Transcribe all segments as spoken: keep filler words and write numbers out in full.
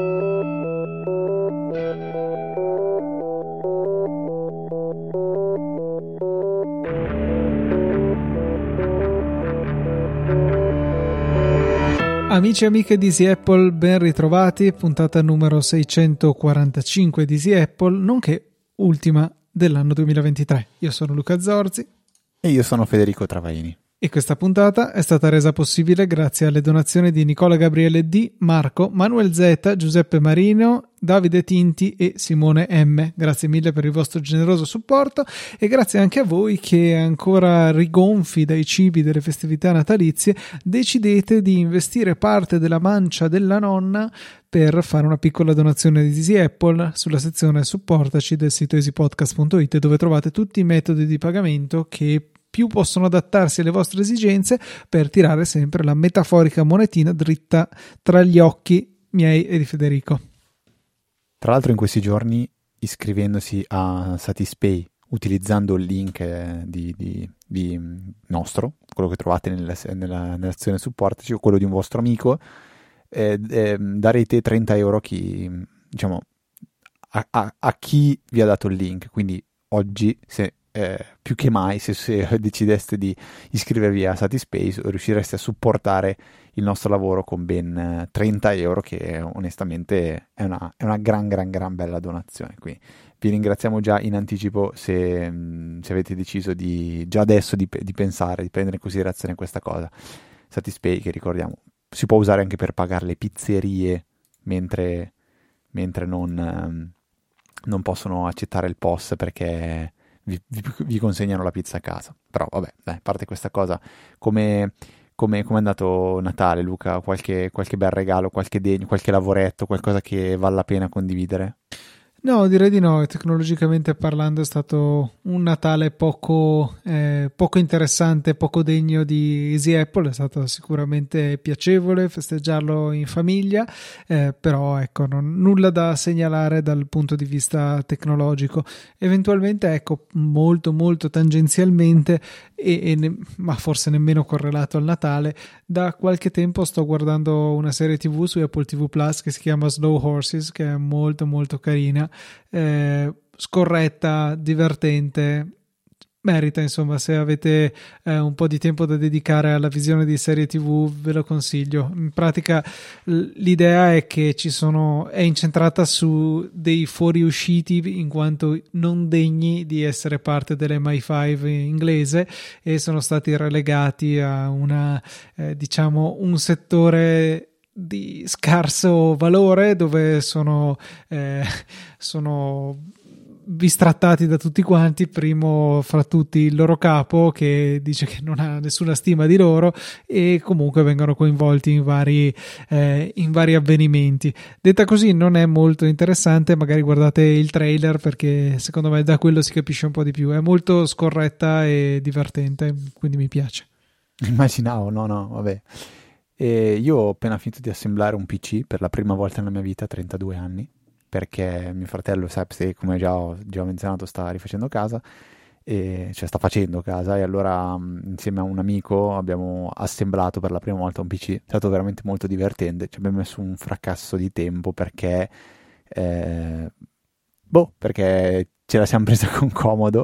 Amici e amiche di Easy Apple, ben ritrovati, puntata numero seicentoquarantacinque di Easy Apple, nonché ultima dell'anno duemilaventitré. Io sono Luca Zorzi. E io sono Federico Travaini. E questa puntata è stata resa possibile grazie alle donazioni di Nicola Gabriele D, Marco, Manuel Z, Giuseppe Marino, Davide Tinti e Simone M. Grazie mille per il vostro generoso supporto e grazie anche a voi che ancora rigonfi dai cibi delle festività natalizie decidete di investire parte della mancia della nonna per fare una piccola donazione di Easy Apple sulla sezione supportaci del sito easypodcast punto it, dove trovate tutti i metodi di pagamento che più possono adattarsi alle vostre esigenze per tirare sempre la metaforica monetina dritta tra gli occhi miei e di Federico. Tra l'altro in questi giorni, iscrivendosi a Satispay utilizzando il link eh, di, di, di nostro, quello che trovate nella, nella, nell'azione supportaci o quello di un vostro amico, eh, eh, darete trenta euro a chi, diciamo, a, a, a chi vi ha dato il link. Quindi oggi, se Eh, più che mai, se, se decideste di iscrivervi a Satispay, riuscireste a supportare il nostro lavoro con ben trenta euro, che onestamente è una, è una gran gran gran bella donazione. Quindi vi ringraziamo già in anticipo se, se avete deciso di già adesso di, di pensare, di prendere in considerazione questa cosa. Satispay, che ricordiamo si può usare anche per pagare le pizzerie mentre, mentre non, non possono accettare il P O S perché Vi, vi, vi consegnano la pizza a casa. Però vabbè, dai, a parte questa cosa, come come è andato Natale, Luca? Qualche, qualche bel regalo, qualche degno, qualche lavoretto, qualcosa che vale la pena condividere? No, direi di no. Tecnologicamente parlando è stato un Natale poco, eh, poco interessante, poco degno di Easy Apple. È stato sicuramente piacevole festeggiarlo in famiglia, eh, però ecco, non, nulla da segnalare dal punto di vista tecnologico. Eventualmente, ecco, molto molto tangenzialmente, e, e ne, ma forse nemmeno correlato al Natale, da qualche tempo sto guardando una serie tivù su Apple ti vu Plus che si chiama Slow Horses, che è molto molto carina. Eh, scorretta, divertente, merita, insomma, se avete eh, un po' di tempo da dedicare alla visione di serie tivù ve lo consiglio. In pratica l'idea è che ci sono è incentrata su dei fuoriusciti in quanto non degni di essere parte dell'M I cinque inglese e sono stati relegati a una eh, diciamo un settore di scarso valore, dove sono eh, sono bistrattati da tutti quanti, primo fra tutti il loro capo, che dice che non ha nessuna stima di loro, e comunque vengono coinvolti in vari eh, in vari avvenimenti. Detta così non è molto interessante, magari guardate il trailer perché secondo me da quello si capisce un po' di più. È molto scorretta e divertente, quindi mi piace. Immaginavo, no no, vabbè. E io ho appena finito di assemblare un P C per la prima volta nella mia vita a trentadue anni, perché mio fratello, sai, come già ho, già ho menzionato, sta rifacendo casa, e, cioè sta facendo casa, e allora insieme a un amico abbiamo assemblato per la prima volta un P C. È stato veramente molto divertente, ci abbiamo messo un fracasso di tempo perché eh, boh, perché ce la siamo presa con comodo,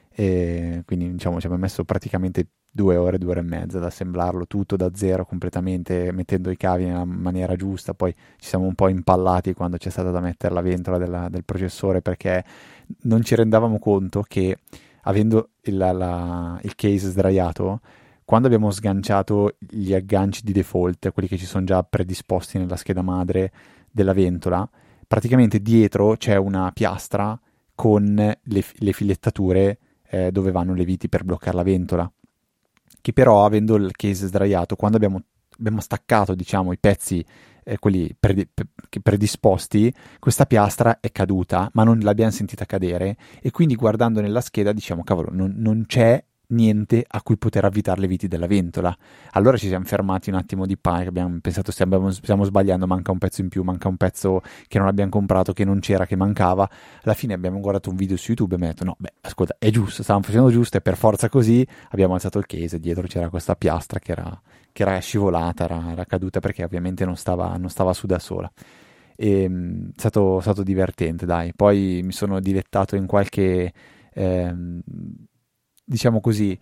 e quindi diciamo ci abbiamo messo praticamente due ore, due ore e mezza ad assemblarlo tutto da zero completamente, mettendo i cavi nella maniera giusta. Poi ci siamo un po' impallati quando c'è stata da mettere la ventola della, del processore, perché non ci rendavamo conto che, avendo il, la, il case sdraiato, quando abbiamo sganciato gli agganci di default, quelli che ci sono già predisposti nella scheda madre della ventola, praticamente dietro c'è una piastra con le, le filettature eh, dove vanno le viti per bloccare la ventola, che però, avendo il case sdraiato, quando abbiamo, abbiamo staccato, diciamo, i pezzi, eh, quelli predi- predisposti, questa piastra è caduta, ma non l'abbiamo sentita cadere, e quindi guardando nella scheda diciamo, cavolo, non, non c'è niente a cui poter avvitare le viti della ventola. Allora ci siamo fermati un attimo di panico, abbiamo pensato stiamo, stiamo sbagliando, manca un pezzo in più, manca un pezzo che non abbiamo comprato, che non c'era, che mancava. Alla fine abbiamo guardato un video su YouTube e mi ha detto no, beh, ascolta, è giusto, stavamo facendo giusto, è per forza così. Abbiamo alzato il case e dietro c'era questa piastra che era, che era scivolata, era, era caduta, perché ovviamente non stava, non stava su da sola. E, mh, è stato, è stato divertente, dai. Poi mi sono dilettato in qualche, ehm, diciamo così,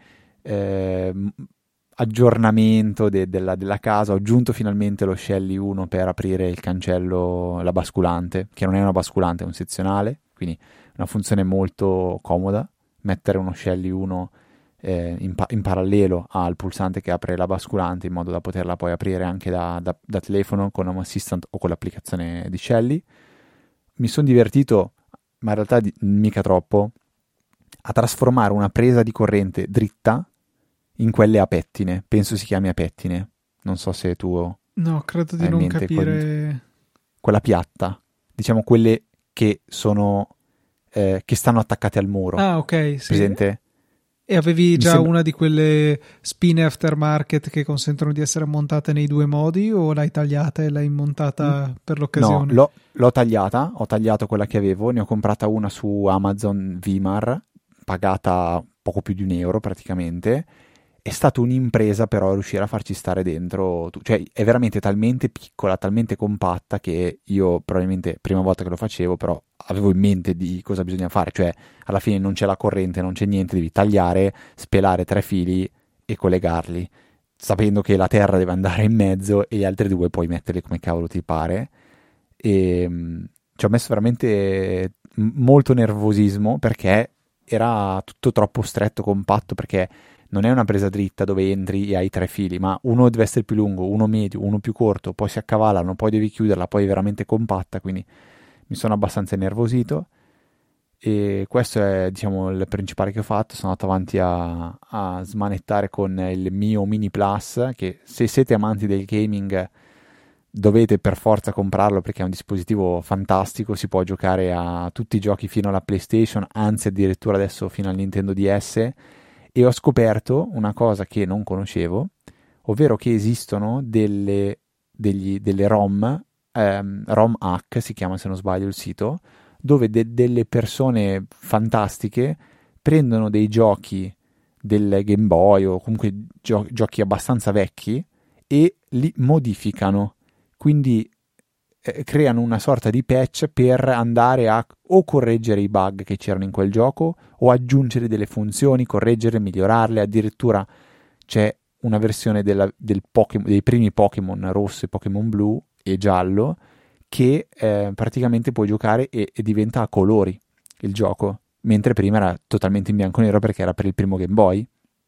ehm, aggiornamento de- della, della casa. Ho aggiunto finalmente lo Shelly uno per aprire il cancello, la basculante, che non è una basculante, è un sezionale, quindi una funzione molto comoda. Mettere uno Shelly uno eh, in, pa- in parallelo al pulsante che apre la basculante, in modo da poterla poi aprire anche da, da- da telefono con Home Assistant o con l'applicazione di Shelly. Mi sono divertito, ma in realtà di- mica troppo, a trasformare una presa di corrente dritta in quelle a pettine. Penso si chiami a pettine. Non so se tu No, credo di hai in non mente quel- capire. quella piatta. Diciamo quelle che sono eh, che stanno attaccate al muro. Ah, ok, sì. Presente? E avevi Mi già sembra... una di quelle spine aftermarket che consentono di essere montate nei due modi o l'hai tagliata e l'hai Mm, montata per No, l'occasione? l'ho, l'ho tagliata, ho tagliato quella che avevo, ne ho comprata una su Amazon Vimar, pagata poco più di un euro praticamente. È stata un'impresa però riuscire a farci stare dentro, tu- cioè è veramente talmente piccola, talmente compatta che io probabilmente prima volta che lo facevo però avevo in mente di cosa bisogna fare, cioè alla fine non c'è la corrente, non c'è niente, devi tagliare, spelare tre fili e collegarli, sapendo che la terra deve andare in mezzo e gli altri due puoi metterli come cavolo ti pare. E mh, ci ho messo veramente m- molto nervosismo perché era tutto troppo stretto, compatto, perché non è una presa dritta dove entri e hai tre fili, ma uno deve essere più lungo, uno medio, uno più corto, poi si accavallano, poi devi chiuderla, poi è veramente compatta, quindi mi sono abbastanza innervosito e questo è, diciamo, il principale che ho fatto. Sono andato avanti a, a smanettare con il mio Mini Plus, che se siete amanti del gaming dovete per forza comprarlo perché è un dispositivo fantastico, si può giocare a tutti i giochi fino alla PlayStation, anzi addirittura adesso fino al Nintendo D S. E ho scoperto una cosa che non conoscevo, ovvero che esistono delle, degli, delle ROM, ehm, ROM hack si chiama se non sbaglio il sito, dove de- delle persone fantastiche prendono dei giochi del Game Boy o comunque gio- giochi abbastanza vecchi e li modificano. Quindi eh, creano una sorta di patch per andare a o correggere i bug che c'erano in quel gioco o aggiungere delle funzioni, correggere, migliorarle. Addirittura c'è una versione della, del Pokémon, dei primi Pokémon rosso e Pokémon blu e giallo che eh, praticamente puoi giocare e, e diventa a colori il gioco, mentre prima era totalmente in bianco e nero perché era per il primo Game Boy.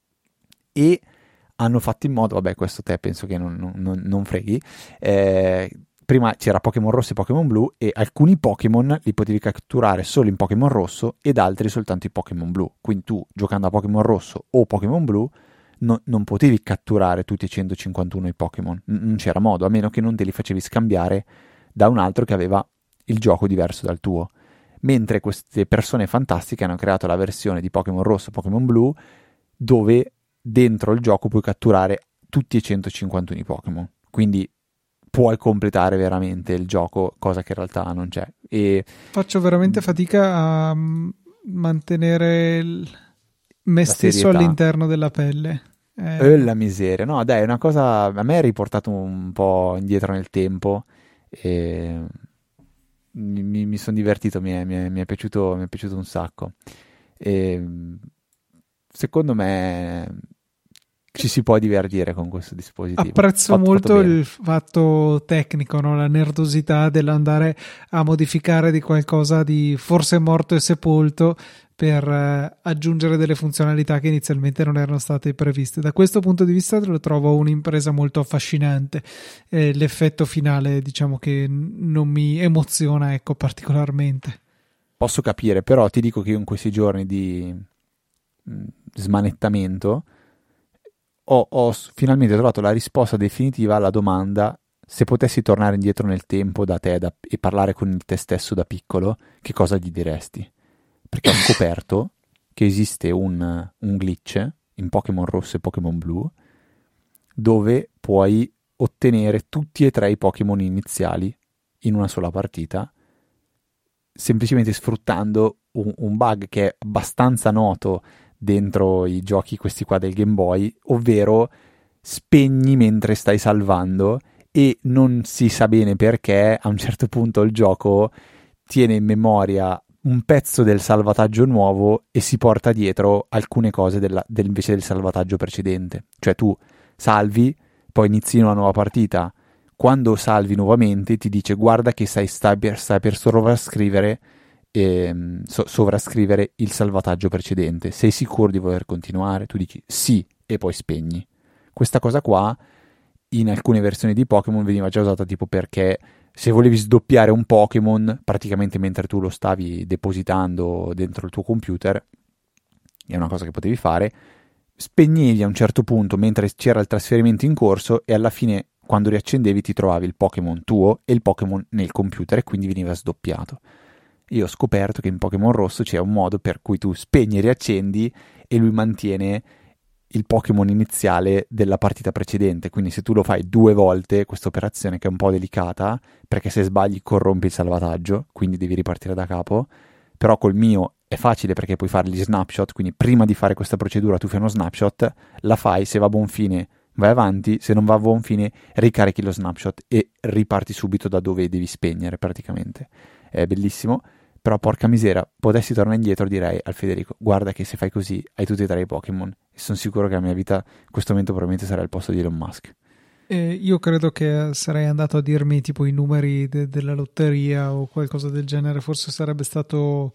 E hanno fatto in modo, vabbè, questo te penso che non, non, non freghi, eh, prima c'era Pokémon rosso e Pokémon blu e alcuni Pokémon li potevi catturare solo in Pokémon rosso ed altri soltanto in Pokémon blu. Quindi tu, giocando a Pokémon rosso o Pokémon blu, no- non potevi catturare tutti i centocinquantuno i Pokémon. N- non c'era modo, a meno che non te li facevi scambiare da un altro che aveva il gioco diverso dal tuo. Mentre queste persone fantastiche hanno creato la versione di Pokémon rosso e Pokémon blu dove dentro il gioco puoi catturare tutti i centocinquantuno i Pokémon. Quindi puoi completare veramente il gioco, cosa che in realtà non c'è. E Faccio veramente fatica a mm, mantenere il- me la stesso serietà, all'interno della pelle. e Eh, la miseria. No, dai, è una cosa a me ha riportato un po' indietro nel tempo e mi, mi- mi sono divertito, mi è, mi è- mi è piaciuto, mi è piaciuto un sacco. E secondo me ci si può divertire con questo dispositivo. Apprezzo Fatto, fatto molto bene. il fatto tecnico, no? La nerdosità dell'andare a modificare di qualcosa di forse morto e sepolto per eh, aggiungere delle funzionalità che inizialmente non erano state previste. Da questo punto di vista lo trovo un'impresa molto affascinante. Eh, l'effetto finale, diciamo che n- non mi emoziona, ecco, particolarmente. Posso capire, però ti dico che io in questi giorni di mh, smanettamento ho, ho s- finalmente trovato la risposta definitiva alla domanda: se potessi tornare indietro nel tempo da te da- e parlare con il te stesso da piccolo, che cosa gli diresti? Perché ho scoperto che esiste un, un glitch in Pokémon rosso e Pokémon blu dove puoi ottenere tutti e tre i Pokémon iniziali in una sola partita, semplicemente sfruttando un, un bug che è abbastanza noto dentro i giochi questi qua del Game Boy, ovvero spegni mentre stai salvando e non si sa bene perché a un certo punto il gioco tiene in memoria un pezzo del salvataggio nuovo e si porta dietro alcune cose della, del, invece del salvataggio precedente. Cioè tu salvi, poi inizi una nuova partita, quando salvi nuovamente ti dice guarda che stai, stai, per, stai per sovrascrivere, ehm, so, sovrascrivere il salvataggio precedente, sei sicuro di voler continuare? Tu dici sì e poi spegni. Questa cosa qua in alcune versioni di Pokémon veniva già usata tipo perché se volevi sdoppiare un Pokémon praticamente mentre tu lo stavi depositando dentro il tuo computer, è una cosa che potevi fare, spegnevi a un certo punto mentre c'era il trasferimento in corso e alla fine quando riaccendevi ti trovavi il Pokémon tuo e il Pokémon nel computer e quindi veniva sdoppiato. Io ho scoperto che in Pokémon Rosso c'è un modo per cui tu spegni e riaccendi e lui mantiene il Pokémon iniziale della partita precedente, quindi se tu lo fai due volte questa operazione che è un po' delicata perché se sbagli corrompi il salvataggio, quindi devi ripartire da capo, però col mio è facile perché puoi fare gli snapshot, quindi prima di fare questa procedura tu fai uno snapshot, la fai, se va a buon fine vai avanti, se non va a buon fine ricarichi lo snapshot e riparti subito da dove devi spegnere praticamente. È bellissimo. Però porca misera, potessi tornare indietro direi al Federico guarda che se fai così hai tutti e tre i Pokémon e sono sicuro che la mia vita in questo momento probabilmente sarà al posto di Elon Musk. Eh, io credo che sarei andato a dirmi tipo i numeri de- della lotteria o qualcosa del genere, forse sarebbe stato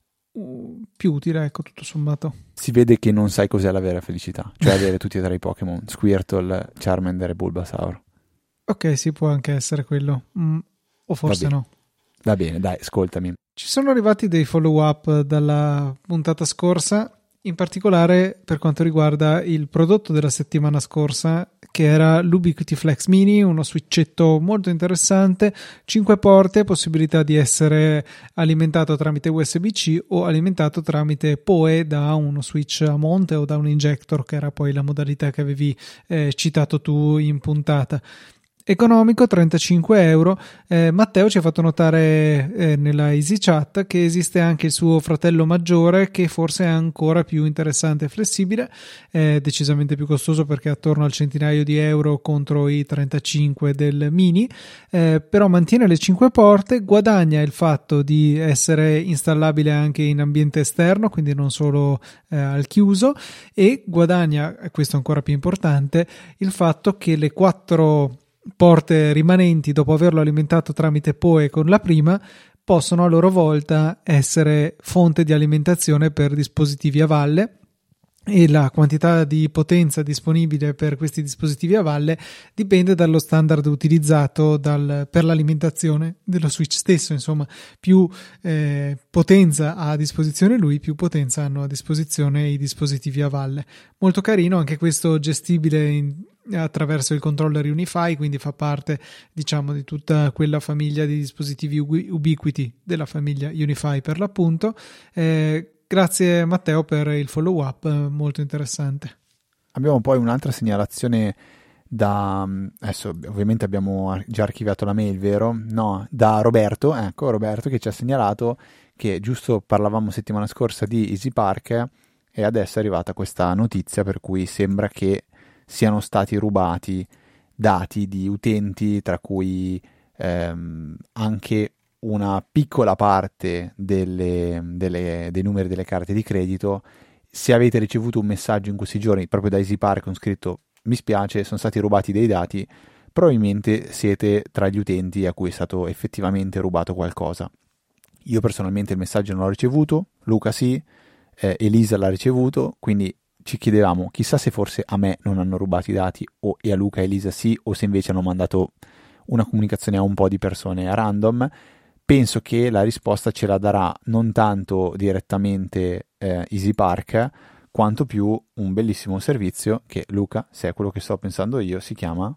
uh, più utile, ecco, tutto sommato. Si vede che non sai cos'è la vera felicità, cioè avere tutti e tre i Pokémon, Squirtle, Charmander e Bulbasaur. Ok, sì, può anche essere quello, mm, o forse no. Va bene, dai, ascoltami. Ci sono arrivati dei follow up dalla puntata scorsa, in particolare per quanto riguarda il prodotto della settimana scorsa, che era l'Ubiquiti Flex Mini, uno switchetto molto interessante, cinque porte, possibilità di essere alimentato tramite U S B C o alimentato tramite P O E da uno switch a monte o da un injector, che era poi la modalità che avevi eh, citato tu in puntata. Economico, trentacinque euro. eh, Matteo ci ha fatto notare eh, nella EasyChat che esiste anche il suo fratello maggiore, che forse è ancora più interessante e flessibile, è decisamente più costoso perché è attorno al centinaio di euro contro i trentacinque del Mini, eh, però mantiene le cinque porte, guadagna il fatto di essere installabile anche in ambiente esterno, quindi non solo eh, al chiuso, e guadagna, e questo è ancora più importante, il fatto che le quattro porte rimanenti, dopo averlo alimentato tramite P O E con la prima, possono a loro volta essere fonte di alimentazione per dispositivi a valle, e la quantità di potenza disponibile per questi dispositivi a valle dipende dallo standard utilizzato dal, per l'alimentazione dello switch stesso. Insomma, più eh, potenza ha a disposizione lui, più potenza hanno a disposizione i dispositivi a valle. Molto carino, anche questo gestibile in, attraverso il controller Unify, quindi fa parte, diciamo, di tutta quella famiglia di dispositivi Ubiquiti della famiglia Unify per l'appunto. eh, Grazie Matteo per il follow up, molto interessante. Abbiamo poi un'altra segnalazione da, adesso ovviamente abbiamo già archiviato la mail, vero? No, da Roberto, ecco Roberto che ci ha segnalato che giusto parlavamo settimana scorsa di Easy Park e adesso è arrivata questa notizia per cui sembra che siano stati rubati dati di utenti, tra cui ehm, anche una piccola parte delle, delle, dei numeri delle carte di credito. Se avete ricevuto un messaggio in questi giorni proprio da Easy Park con scritto mi spiace, sono stati rubati dei dati, probabilmente siete tra gli utenti a cui è stato effettivamente rubato qualcosa. Io personalmente il messaggio non l'ho ricevuto, Luca sì, eh, Elisa l'ha ricevuto, quindi ci chiedevamo chissà se forse a me non hanno rubato i dati o e a Luca e Elisa sì, o se invece hanno mandato una comunicazione a un po' di persone a random. Penso che la risposta ce la darà non tanto direttamente eh, Easy Park, quanto più un bellissimo servizio che, Luca, se è quello che sto pensando io, si chiama...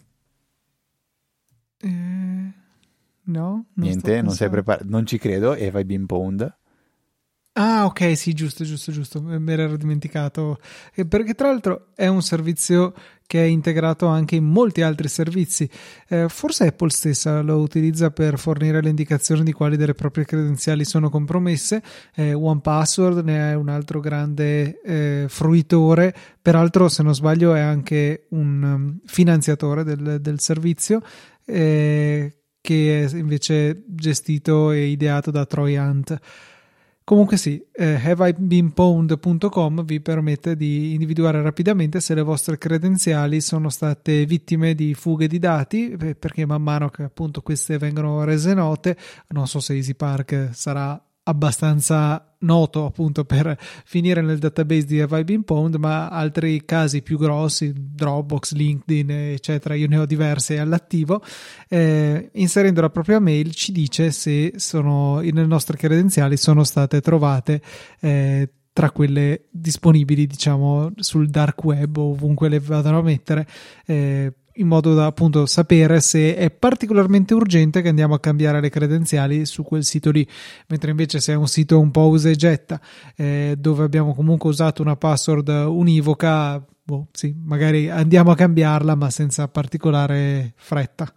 Eh, no, non Niente, non sei preparato, non ci credo, e vai Bean Pond. Ah, ok, sì, giusto, giusto, giusto, me l'ero dimenticato, eh, perché tra l'altro è un servizio che è integrato anche in molti altri servizi. Eh, forse Apple stessa lo utilizza per fornire le indicazioni di quali delle proprie credenziali sono compromesse. eh, one Password ne è un altro grande eh, fruitore, peraltro se non sbaglio è anche un um, finanziatore del, del servizio. eh, che è invece gestito e ideato da Troy Hunt. Comunque sì, eh, have I been pwned punto com vi permette di individuare rapidamente se le vostre credenziali sono state vittime di fughe di dati, perché man mano che appunto queste vengono rese note, non so se EasyPark sarà abbastanza noto appunto per finire nel database di Have I Been Pwned, ma altri casi più grossi, Dropbox, LinkedIn eccetera, io ne ho diverse all'attivo, eh, inserendo la propria mail ci dice se sono nelle nostre credenziali sono state trovate eh, tra quelle disponibili diciamo sul dark web o ovunque le vadano a mettere, eh, in modo da appunto sapere se è particolarmente urgente che andiamo a cambiare le credenziali su quel sito lì, mentre invece se è un sito un po' usa e getta, eh, dove abbiamo comunque usato una password univoca, boh, sì, magari andiamo a cambiarla ma senza particolare fretta.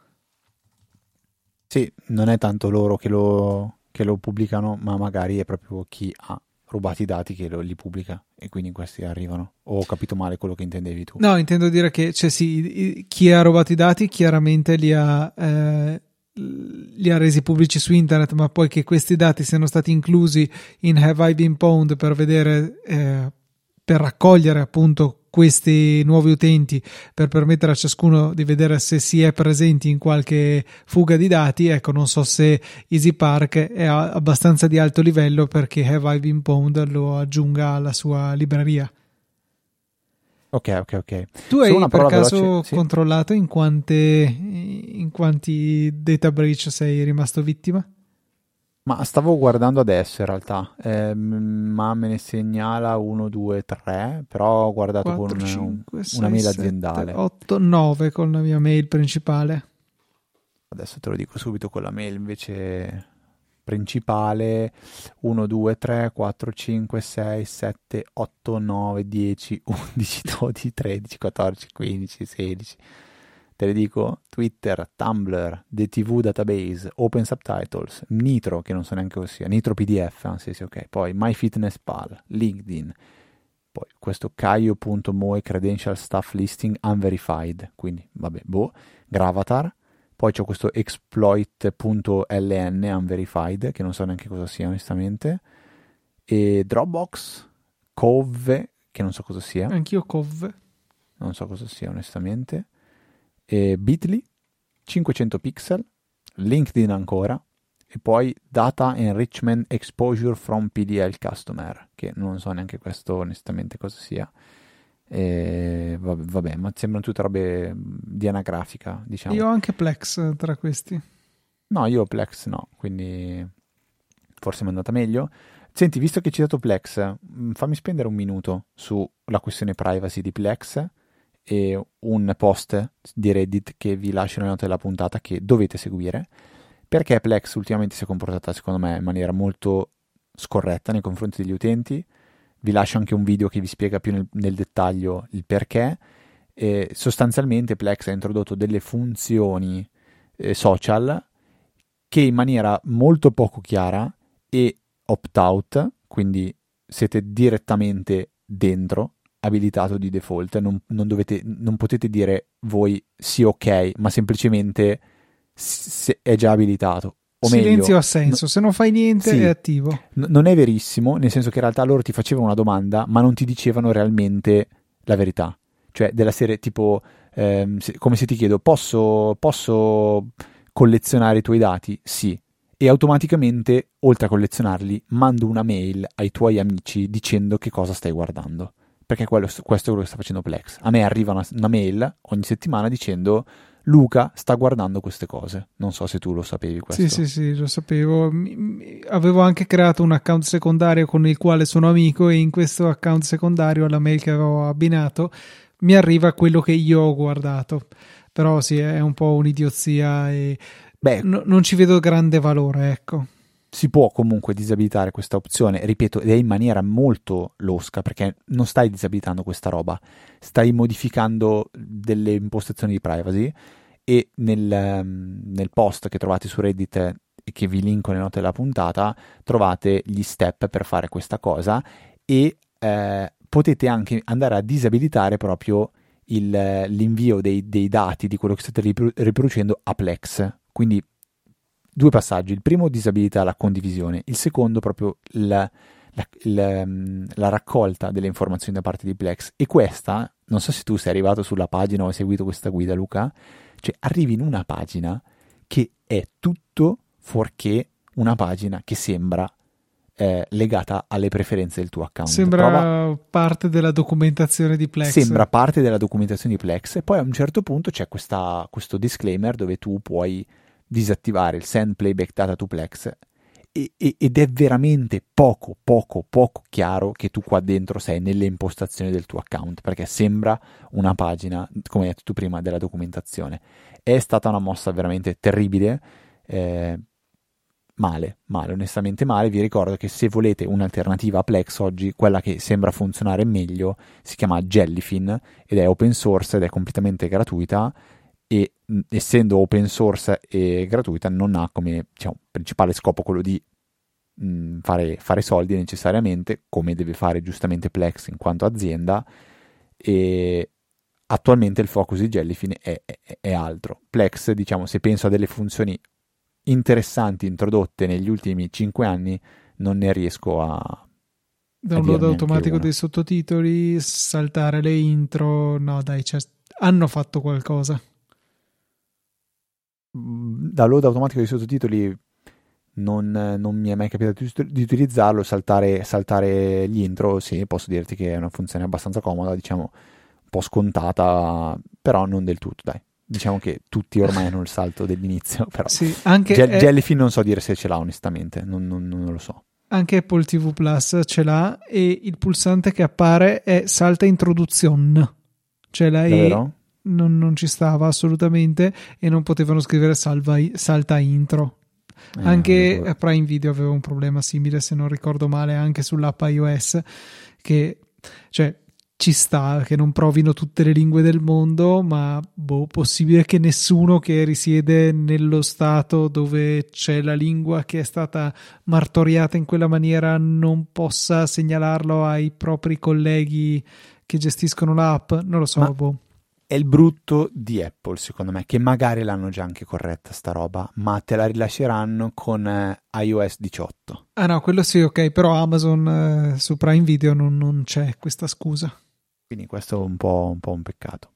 Sì, non è tanto loro che lo, che lo pubblicano, ma magari è proprio chi ha rubato i dati che lo, li pubblica e quindi questi arrivano. O ho capito male quello che intendevi tu? No, intendo dire che cioè, sì, chi ha rubato i dati chiaramente li ha, eh, li ha resi pubblici su internet, ma poi che questi dati siano stati inclusi in Have I Been Pwned per vedere, eh, per raccogliere appunto questi nuovi utenti, per permettere a ciascuno di vedere se si è presenti in qualche fuga di dati. Ecco, non so se EasyPark è abbastanza di alto livello perché Have I Been Pwned lo aggiunga alla sua libreria. Ok, ok, ok. Tu hai una per caso veloce, sì. controllato in quante in quanti data breach sei rimasto vittima? Ma stavo guardando adesso in realtà, eh, ma me ne segnala uno, due, tre, però ho guardato quattro, con cinque, un, sei, una mail sette, aziendale. otto, nove con la mia mail principale. Adesso te lo dico subito con la mail invece principale: uno, due, tre, quattro, cinque, sei, sette, otto, nove, dieci, undici, dodici, tredici, quattordici, quindici, sedici. Te le dico: Twitter, Tumblr, D T V Database, Open Subtitles, Nitro, che non so neanche cosa sia, Nitro P D F, ah, sì, sì, ok, poi MyFitnessPal, LinkedIn, poi questo Caio.moe Credential Staff Listing Unverified, quindi vabbè, boh, Gravatar, poi c'ho questo exploit.ln Unverified, che non so neanche cosa sia onestamente, e Dropbox, Cove, che non so cosa sia. Anch'io Cove. Non so cosa sia onestamente. E Bitly, cinquecento pixel, LinkedIn ancora, e poi Data Enrichment Exposure from P D L Customer, che non so neanche questo onestamente cosa sia. E vabbè, vabbè, ma sembrano tutte robe di anagrafica, diciamo. Io ho anche Plex tra questi. No, io ho Plex no, quindi forse mi è andata meglio. Senti, visto che hai citato Plex, fammi spendere un minuto sulla questione privacy di Plex e un post di Reddit che vi lascio nelle note della puntata che dovete seguire, perché Plex ultimamente si è comportata secondo me in maniera molto scorretta nei confronti degli utenti. Vi lascio anche un video che vi spiega più nel, nel dettaglio il perché. E sostanzialmente Plex ha introdotto delle funzioni eh, social che in maniera molto poco chiara e opt-out, quindi siete direttamente dentro, abilitato di default, non, non, dovete, non potete dire voi sì ok, ma semplicemente se è già abilitato. O Silenzio meglio, ha senso, no, se non fai niente sì, è attivo. N- non è verissimo, nel senso che in realtà loro ti facevano una domanda, ma non ti dicevano realmente la verità. Cioè, della serie tipo, ehm, se, come se ti chiedo, posso, posso collezionare i tuoi dati? Sì. E automaticamente, oltre a collezionarli, mando una mail ai tuoi amici dicendo che cosa stai guardando. Perché quello, questo è quello che sta facendo Plex. A me arriva una, una mail ogni settimana dicendo: Luca sta guardando queste cose. Non so se tu lo sapevi questo. Sì, sì, sì, lo sapevo. Mi, mi, avevo anche creato un account secondario con il quale sono amico, e in questo account secondario, alla mail che avevo abbinato, mi arriva quello che io ho guardato. Però sì, è un po' un'idiozia e Beh, no, non ci vedo grande valore, ecco. Si può comunque disabilitare questa opzione, ripeto, ed è in maniera molto losca, perché non stai disabilitando questa roba, stai modificando delle impostazioni di privacy. E nel, nel post che trovate su Reddit e che vi linko nelle note della puntata trovate gli step per fare questa cosa, e eh, potete anche andare a disabilitare proprio il, l'invio dei, dei dati di quello che state ripro- riproducendo a Plex. Quindi due passaggi: il primo disabilita la condivisione, il secondo proprio la, la, la, la raccolta delle informazioni da parte di Plex. E questa, non so se tu sei arrivato sulla pagina o hai seguito questa guida, Luca, cioè arrivi in una pagina che è tutto fuorché una pagina che sembra eh, legata alle preferenze del tuo account. Sembra Prova, parte della documentazione di Plex. sembra parte della documentazione di Plex, e poi a un certo punto c'è questa, questo disclaimer dove tu puoi disattivare il send playback data to Plex, e, e, ed è veramente poco poco poco chiaro che tu qua dentro sei nelle impostazioni del tuo account, perché sembra una pagina, come hai detto tu prima, della documentazione. È stata una mossa veramente terribile, eh, male, male, onestamente male. Vi ricordo che se volete un'alternativa a Plex oggi, quella che sembra funzionare meglio si chiama Jellyfin ed è open source ed è completamente gratuita, e mh, essendo open source e gratuita non ha come, diciamo, principale scopo quello di mh, fare, fare soldi necessariamente, come deve fare giustamente Plex in quanto azienda, e attualmente il focus di Jellyfin è, è, è altro. Plex, diciamo, se penso a delle funzioni interessanti introdotte negli ultimi cinque anni, non ne riesco a Download automatico dei sottotitoli, saltare le intro, no dai, cioè, hanno fatto qualcosa. Download automatico dei sottotitoli non, non mi è mai capitato di utilizzarlo. Saltare, saltare gli intro, sì, posso dirti che è una funzione abbastanza comoda, diciamo un po' scontata, però non del tutto, dai. Diciamo che tutti ormai hanno il salto dell'inizio, però sì, anche Gel- è... Jellyfin non so dire se ce l'ha onestamente, non, non, non lo so. Anche Apple ti vu Plus ce l'ha, e il pulsante che appare è salta introduzione, cioè la E non, non ci stava assolutamente, e non potevano scrivere salva, salta intro. Eh, anche allora. Prime Video aveva un problema simile, se non ricordo male, anche sull'app iOS, che cioè ci sta che non provino tutte le lingue del mondo, ma boh, possibile che nessuno che risiede nello stato dove c'è la lingua che è stata martoriata in quella maniera non possa segnalarlo ai propri colleghi che gestiscono l'app? Non lo so, ma boh. È il brutto di Apple, secondo me, che magari l'hanno già anche corretta sta roba, ma te la rilasceranno con eh, iOS diciotto. Ah no, quello sì, ok, però Amazon eh, su Prime Video non, non c'è questa scusa. Quindi questo è un po' un, po' un peccato.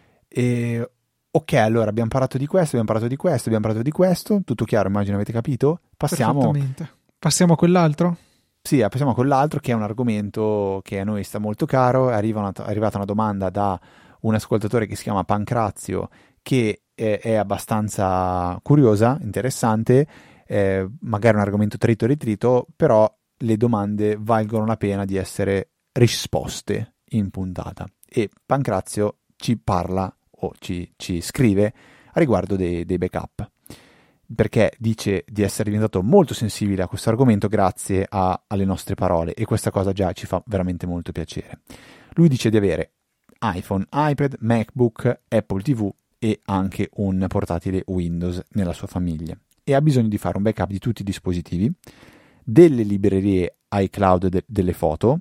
E, ok, allora abbiamo parlato di questo, abbiamo parlato di questo, abbiamo parlato di questo, tutto chiaro, immagino avete capito. Passiamo... Passiamo a quell'altro? Sì, passiamo a quell'altro, che è un argomento che a noi sta molto caro. È arriva una, è arrivata una domanda da un ascoltatore che si chiama Pancrazio, che è, è abbastanza curiosa, interessante, eh, magari un argomento trito e ritrito, però le domande valgono la pena di essere risposte in puntata. E Pancrazio ci parla o ci, ci scrive a riguardo dei, dei backup, perché dice di essere diventato molto sensibile a questo argomento grazie a, alle nostre parole, e questa cosa già ci fa veramente molto piacere. Lui dice di avere iPhone, iPad, MacBook, Apple tivù e anche un portatile Windows nella sua famiglia, e ha bisogno di fare un backup di tutti i dispositivi, delle librerie iCloud de- delle foto,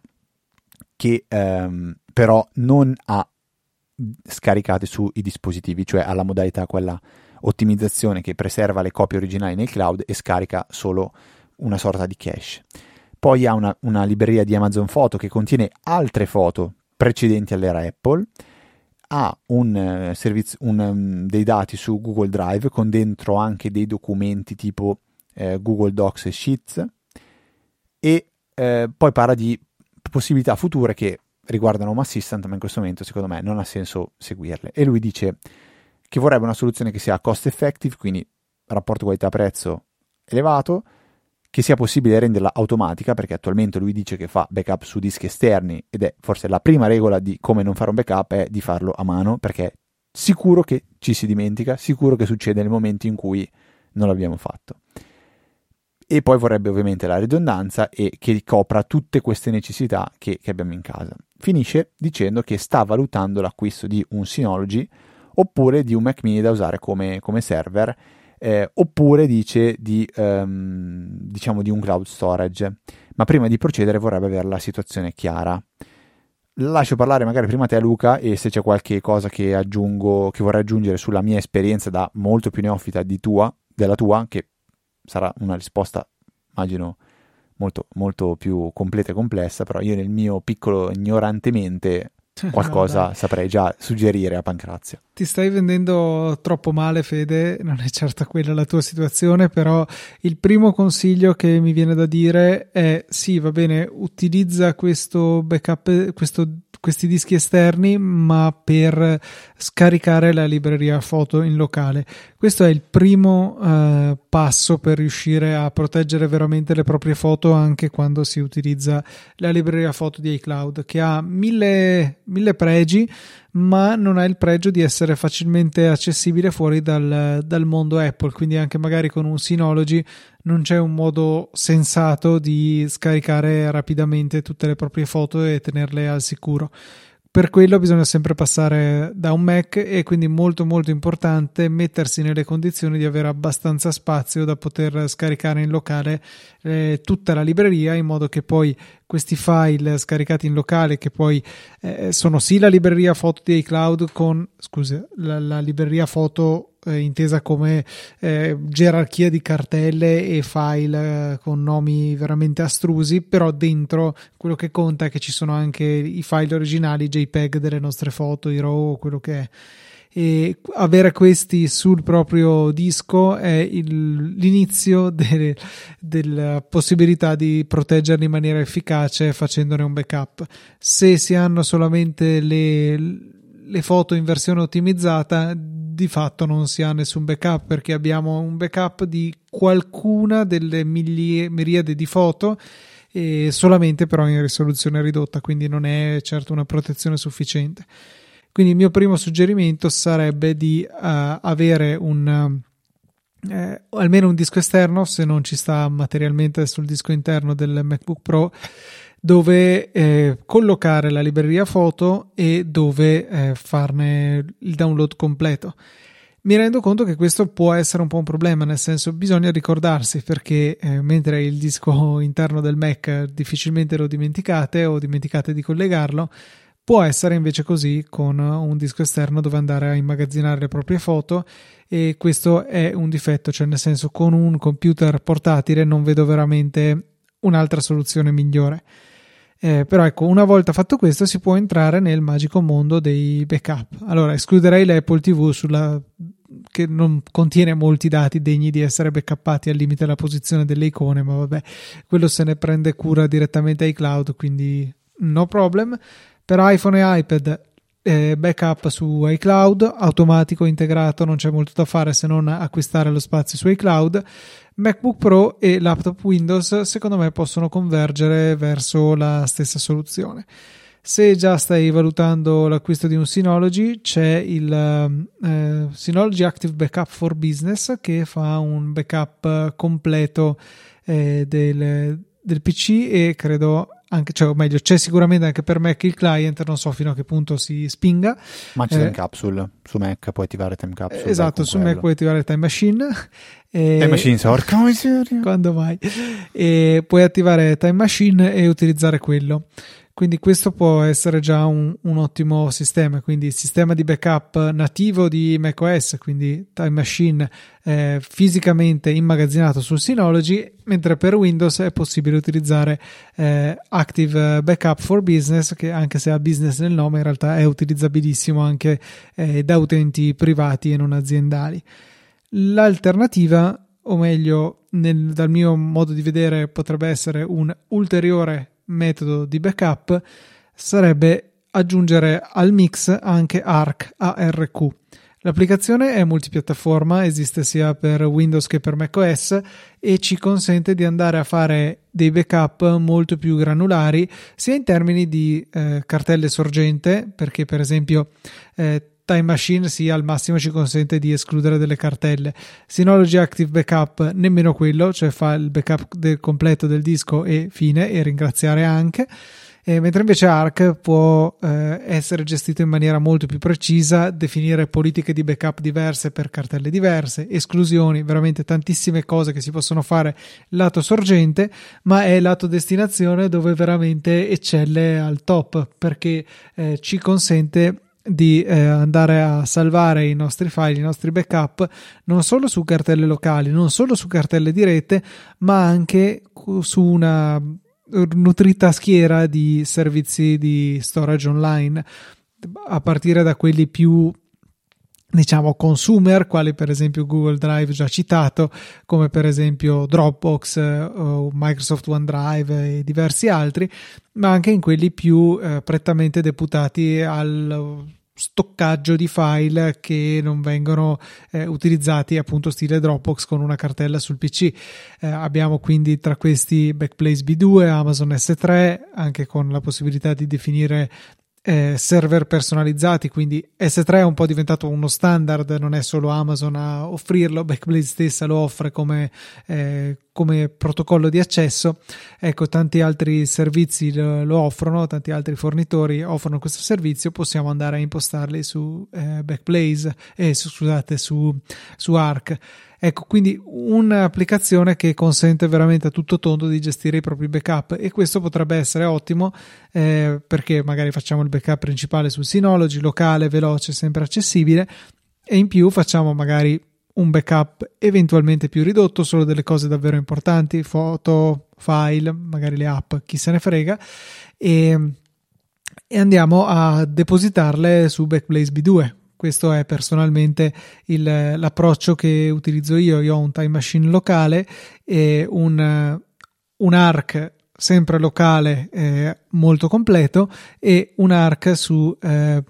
che ehm, però non ha scaricate sui dispositivi, cioè alla modalità quella ottimizzazione che preserva le copie originali nel cloud e scarica solo una sorta di cache. Poi ha una, una libreria di Amazon Foto che contiene altre foto precedenti all'era Apple, ha un uh, servizio, un, um, dei dati su Google Drive con dentro anche dei documenti tipo eh, Google Docs e Sheets, e eh, poi parla di possibilità future che riguardano Home Assistant, ma in questo momento secondo me non ha senso seguirle. E lui dice che vorrebbe una soluzione che sia cost effective, quindi rapporto qualità-prezzo elevato, che sia possibile renderla automatica, perché attualmente lui dice che fa backup su dischi esterni, ed è forse la prima regola di come non fare un backup è di farlo a mano, perché sicuro che ci si dimentica, sicuro che succede nel momento in cui non l'abbiamo fatto. E poi vorrebbe ovviamente la ridondanza e che copra tutte queste necessità che, che abbiamo in casa. Finisce dicendo che sta valutando l'acquisto di un Synology oppure di un Mac mini da usare come, come server, eh, oppure dice di, um, diciamo di un cloud storage, ma prima di procedere vorrebbe avere la situazione chiara. lascio parlare magari prima te Luca, e se c'è qualche cosa che aggiungo, che vorrei aggiungere sulla mia esperienza da molto più neofita di tua, della tua, che sarà una risposta immagino molto, molto più completa e complessa, però io nel mio piccolo ignorantemente qualcosa no, saprei già suggerire a Pancrazio. Ti stai vendendo troppo male, Fede, non è certo quella la tua situazione, però il primo consiglio che mi viene da dire è sì, va bene, utilizza questo backup, questo, questi dischi esterni, ma per scaricare la libreria foto in locale. Questo è il primo eh, passo per riuscire a proteggere veramente le proprie foto anche quando si utilizza la libreria foto di iCloud, che ha mille, mille pregi, ma non ha il pregio di essere facilmente accessibile fuori dal, dal mondo Apple, quindi anche magari con un Synology non c'è un modo sensato di scaricare rapidamente tutte le proprie foto e tenerle al sicuro. Per quello bisogna sempre passare da un Mac, e quindi molto molto importante mettersi nelle condizioni di avere abbastanza spazio da poter scaricare in locale eh, tutta la libreria, in modo che poi questi file scaricati in locale, che poi eh, sono sì la libreria foto di iCloud con, scusa, la, la libreria foto eh, intesa come eh, gerarchia di cartelle e file eh, con nomi veramente astrusi, però dentro quello che conta è che ci sono anche i file originali JPEG delle nostre foto, i RAW, quello che è. E avere questi sul proprio disco è il, l'inizio de, della possibilità di proteggerli in maniera efficace facendone un backup. Se si hanno solamente le, le foto in versione ottimizzata, di fatto non si ha nessun backup, perché abbiamo un backup di qualcuna delle migliaia, miriade di foto, e solamente però in risoluzione ridotta, quindi non è certo una protezione sufficiente. Quindi il mio primo suggerimento sarebbe di uh, avere un eh, almeno un disco esterno, se non ci sta materialmente sul disco interno del MacBook Pro, dove eh, collocare la libreria foto e dove eh, farne il download completo. Mi rendo conto che questo può essere un po' un problema, nel senso bisogna ricordarsi, perché eh, mentre il disco interno del Mac difficilmente lo dimenticate o dimenticate di collegarlo, può essere invece così con un disco esterno dove andare a immagazzinare le proprie foto, e questo è un difetto, cioè nel senso con un computer portatile non vedo veramente un'altra soluzione migliore. Eh, però ecco, una volta fatto questo si può entrare nel magico mondo dei backup. Allora escluderei l'Apple tivù sulla... che non contiene molti dati degni di essere backuppati, al limite la posizione delle icone, ma vabbè, quello se ne prende cura direttamente iCloud, quindi no problem. Per iPhone e iPad eh, backup su iCloud, automatico, integrato, non c'è molto da fare se non acquistare lo spazio su iCloud. MacBook Pro e laptop Windows secondo me possono convergere verso la stessa soluzione. Se già stai valutando l'acquisto di un Synology, c'è il eh, Synology Active Backup for Business, che fa un backup completo eh, del, del P C, e credo anche, cioè, o meglio, c'è sicuramente anche per Mac il client, non so fino a che punto si spinga. Ma c'è eh, Time Capsule su Mac, puoi attivare Time Capsule. Esatto, su quello. Mac puoi attivare Time Machine. E Time Machine, porca miseria. Quando mai? E puoi attivare Time Machine e utilizzare quello. Quindi questo può essere già un, un ottimo sistema, quindi il sistema di backup nativo di macOS, quindi Time Machine eh, fisicamente immagazzinato sul Synology, mentre per Windows è possibile utilizzare eh, Active Backup for Business, che anche se ha business nel nome in realtà è utilizzabilissimo anche eh, da utenti privati e non aziendali. L'alternativa, o meglio nel, dal mio modo di vedere potrebbe essere un ulteriore metodo di backup, sarebbe aggiungere al mix anche Arc A R Q. L'applicazione è multipiattaforma, esiste sia per Windows che per macOS, e ci consente di andare a fare dei backup molto più granulari, sia in termini di eh, cartelle sorgente, perché per esempio eh, Time Machine sì, al massimo ci consente di escludere delle cartelle. Synology Active Backup nemmeno quello, cioè fa il backup del completo del disco e fine, e ringraziare anche. Eh, mentre invece Arc può eh, essere gestito in maniera molto più precisa, definire politiche di backup diverse per cartelle diverse, esclusioni, veramente tantissime cose che si possono fare lato sorgente, ma è lato destinazione dove veramente eccelle al top, perché eh, ci consente di eh, andare a salvare i nostri file, i nostri backup non solo su cartelle locali, non solo su cartelle di rete, ma anche su una nutrita schiera di servizi di storage online, a partire da quelli più, diciamo, consumer, quali per esempio Google Drive già citato, come per esempio Dropbox eh, o Microsoft OneDrive e diversi altri, ma anche in quelli più eh, prettamente deputati al stoccaggio di file che non vengono eh, utilizzati, appunto stile Dropbox, con una cartella sul P C. Eh, abbiamo quindi tra questi Backblaze B due, Amazon S tre, anche con la possibilità di definire Eh, server personalizzati, quindi S tre è un po' diventato uno standard, non è solo Amazon a offrirlo, Backblaze stessa lo offre come, eh, come protocollo di accesso. Ecco, tanti altri servizi lo, lo offrono, tanti altri fornitori offrono questo servizio, possiamo andare a impostarli su eh, Backblaze, eh, su, scusate, su, su Arc. Ecco, quindi un'applicazione che consente veramente a tutto tondo di gestire i propri backup, e questo potrebbe essere ottimo eh, perché magari facciamo il backup principale sul Synology, locale, veloce, sempre accessibile, e in più facciamo magari un backup eventualmente più ridotto, solo delle cose davvero importanti, foto, file, magari le app, chi se ne frega, e, e andiamo a depositarle su Backblaze B due. Questo è personalmente il, l'approccio che utilizzo io. Io ho un Time Machine locale e un, un Arc sempre locale eh, molto completo, e un Arc su, eh,